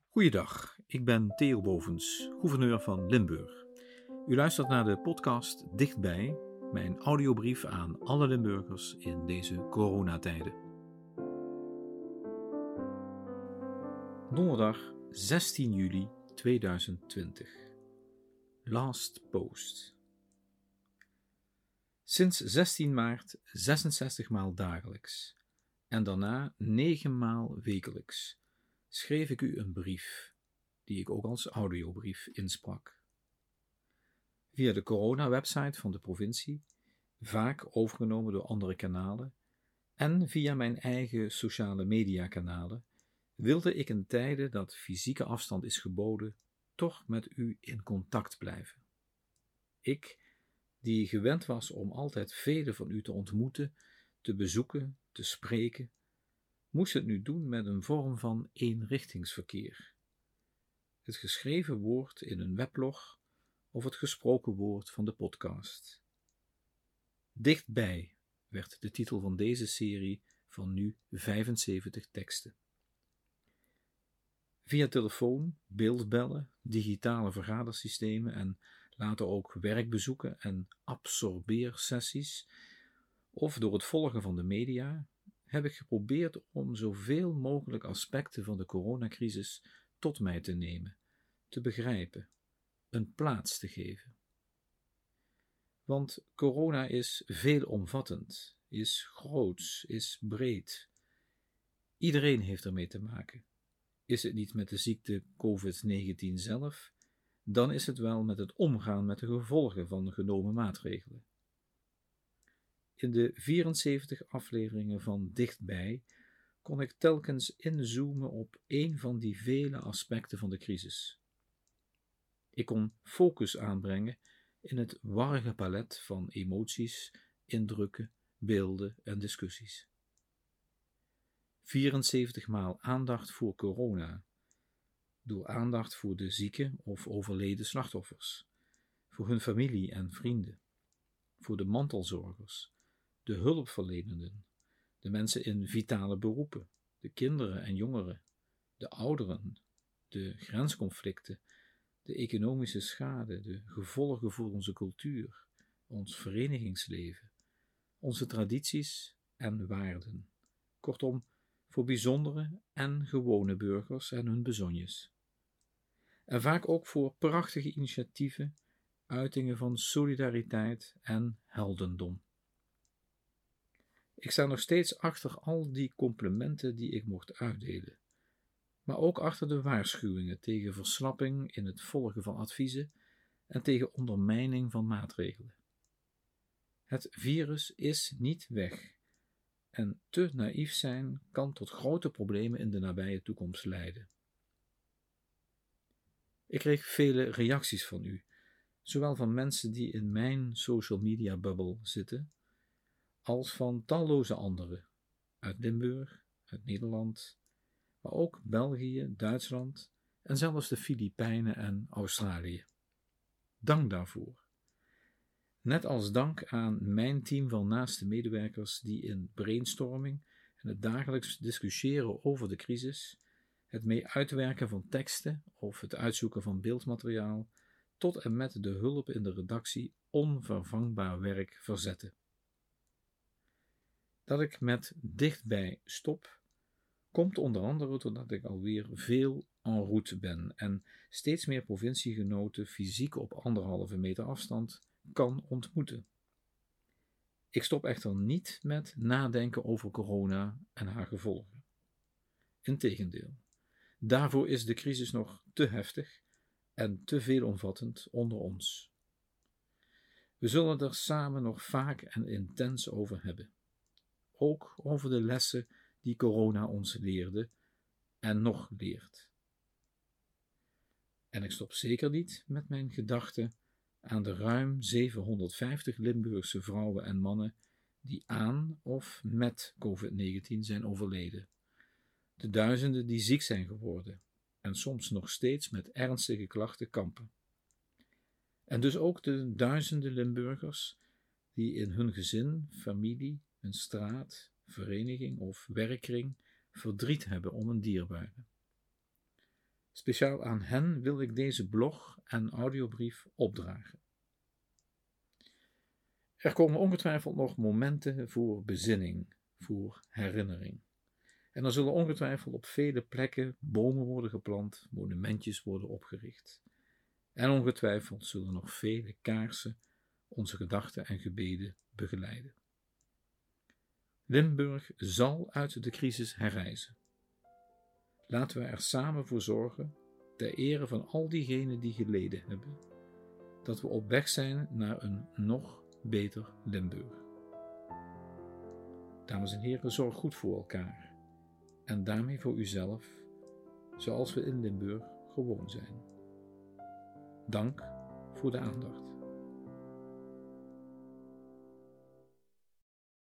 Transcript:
Goeiedag, ik ben Theo Bovens, gouverneur van Limburg. U luistert naar de podcast Dichtbij, mijn audiobrief aan alle Limburgers in deze coronatijden. Donderdag 16 juli 2020. Last post. Sinds 16 maart 66 maal dagelijks en daarna 9 maal wekelijks schreef ik u een brief, die ik ook als audiobrief insprak. Via de corona-website van de provincie, vaak overgenomen door andere kanalen, en via mijn eigen sociale mediakanalen, wilde ik in tijden dat fysieke afstand is geboden, toch met u in contact blijven. Ik, die gewend was om altijd velen van u te ontmoeten, te bezoeken, te spreken, moest het nu doen met een vorm van eenrichtingsverkeer. Het geschreven woord in een weblog of het gesproken woord van de podcast. Dichtbij werd de titel van deze serie van nu 75 teksten. Via telefoon, beeldbellen, digitale vergadersystemen en later ook werkbezoeken en absorbeersessies of door het volgen van de media heb ik geprobeerd om zoveel mogelijk aspecten van de coronacrisis tot mij te nemen, te begrijpen, een plaats te geven. Want corona is veelomvattend, is groots, is breed. Iedereen heeft ermee te maken. Is het niet met de ziekte COVID-19 zelf, dan is het wel met het omgaan met de gevolgen van de genomen maatregelen. In de 74 afleveringen van Dichtbij kon ik telkens inzoomen op één van die vele aspecten van de crisis. Ik kon focus aanbrengen in het warrige palet van emoties, indrukken, beelden en discussies. 74 maal aandacht voor corona, door aandacht voor de zieke of overleden slachtoffers, voor hun familie en vrienden, voor de mantelzorgers, de hulpverlenenden, de mensen in vitale beroepen, de kinderen en jongeren, de ouderen, de grensconflicten, de economische schade, de gevolgen voor onze cultuur, ons verenigingsleven, onze tradities en waarden. Kortom, voor bijzondere en gewone burgers en hun bezonjes. En vaak ook voor prachtige initiatieven, uitingen van solidariteit en heldendom. Ik sta nog steeds achter al die complimenten die ik mocht uitdelen, maar ook achter de waarschuwingen tegen verslapping in het volgen van adviezen en tegen ondermijning van maatregelen. Het virus is niet weg en te naïef zijn kan tot grote problemen in de nabije toekomst leiden. Ik kreeg vele reacties van u, zowel van mensen die in mijn social media bubbel zitten, als van talloze anderen, uit Limburg, uit Nederland, maar ook België, Duitsland en zelfs de Filipijnen en Australië. Dank daarvoor. Net als dank aan mijn team van naaste medewerkers die in brainstorming en het dagelijks discussiëren over de crisis, het mee uitwerken van teksten of het uitzoeken van beeldmateriaal, tot en met de hulp in de redactie onvervangbaar werk verzetten. Dat ik met Dichtbij stop, komt onder andere doordat ik alweer veel en route ben en steeds meer provinciegenoten fysiek op 1,5 meter afstand kan ontmoeten. Ik stop echter niet met nadenken over corona en haar gevolgen. Integendeel, daarvoor is de crisis nog te heftig en te veelomvattend onder ons. We zullen er samen nog vaak en intens over hebben. Ook over de lessen die corona ons leerde en nog leert. En ik stop zeker niet met mijn gedachten aan de ruim 750 Limburgse vrouwen en mannen die aan of met COVID-19 zijn overleden. De duizenden die ziek zijn geworden en soms nog steeds met ernstige klachten kampen. En dus ook de duizenden Limburgers die in hun gezin, familie, een straat, vereniging of werkkring verdriet hebben om een dierbare. Speciaal aan hen wil ik deze blog en audiobrief opdragen. Er komen ongetwijfeld nog momenten voor bezinning, voor herinnering. En er zullen ongetwijfeld op vele plekken bomen worden geplant, monumentjes worden opgericht. En ongetwijfeld zullen nog vele kaarsen onze gedachten en gebeden begeleiden. Limburg zal uit de crisis herrijzen. Laten we er samen voor zorgen, ter ere van al diegenen die geleden hebben, dat we op weg zijn naar een nog beter Limburg. Dames en heren, zorg goed voor elkaar en daarmee voor uzelf, zoals we in Limburg gewoon zijn. Dank voor de aandacht.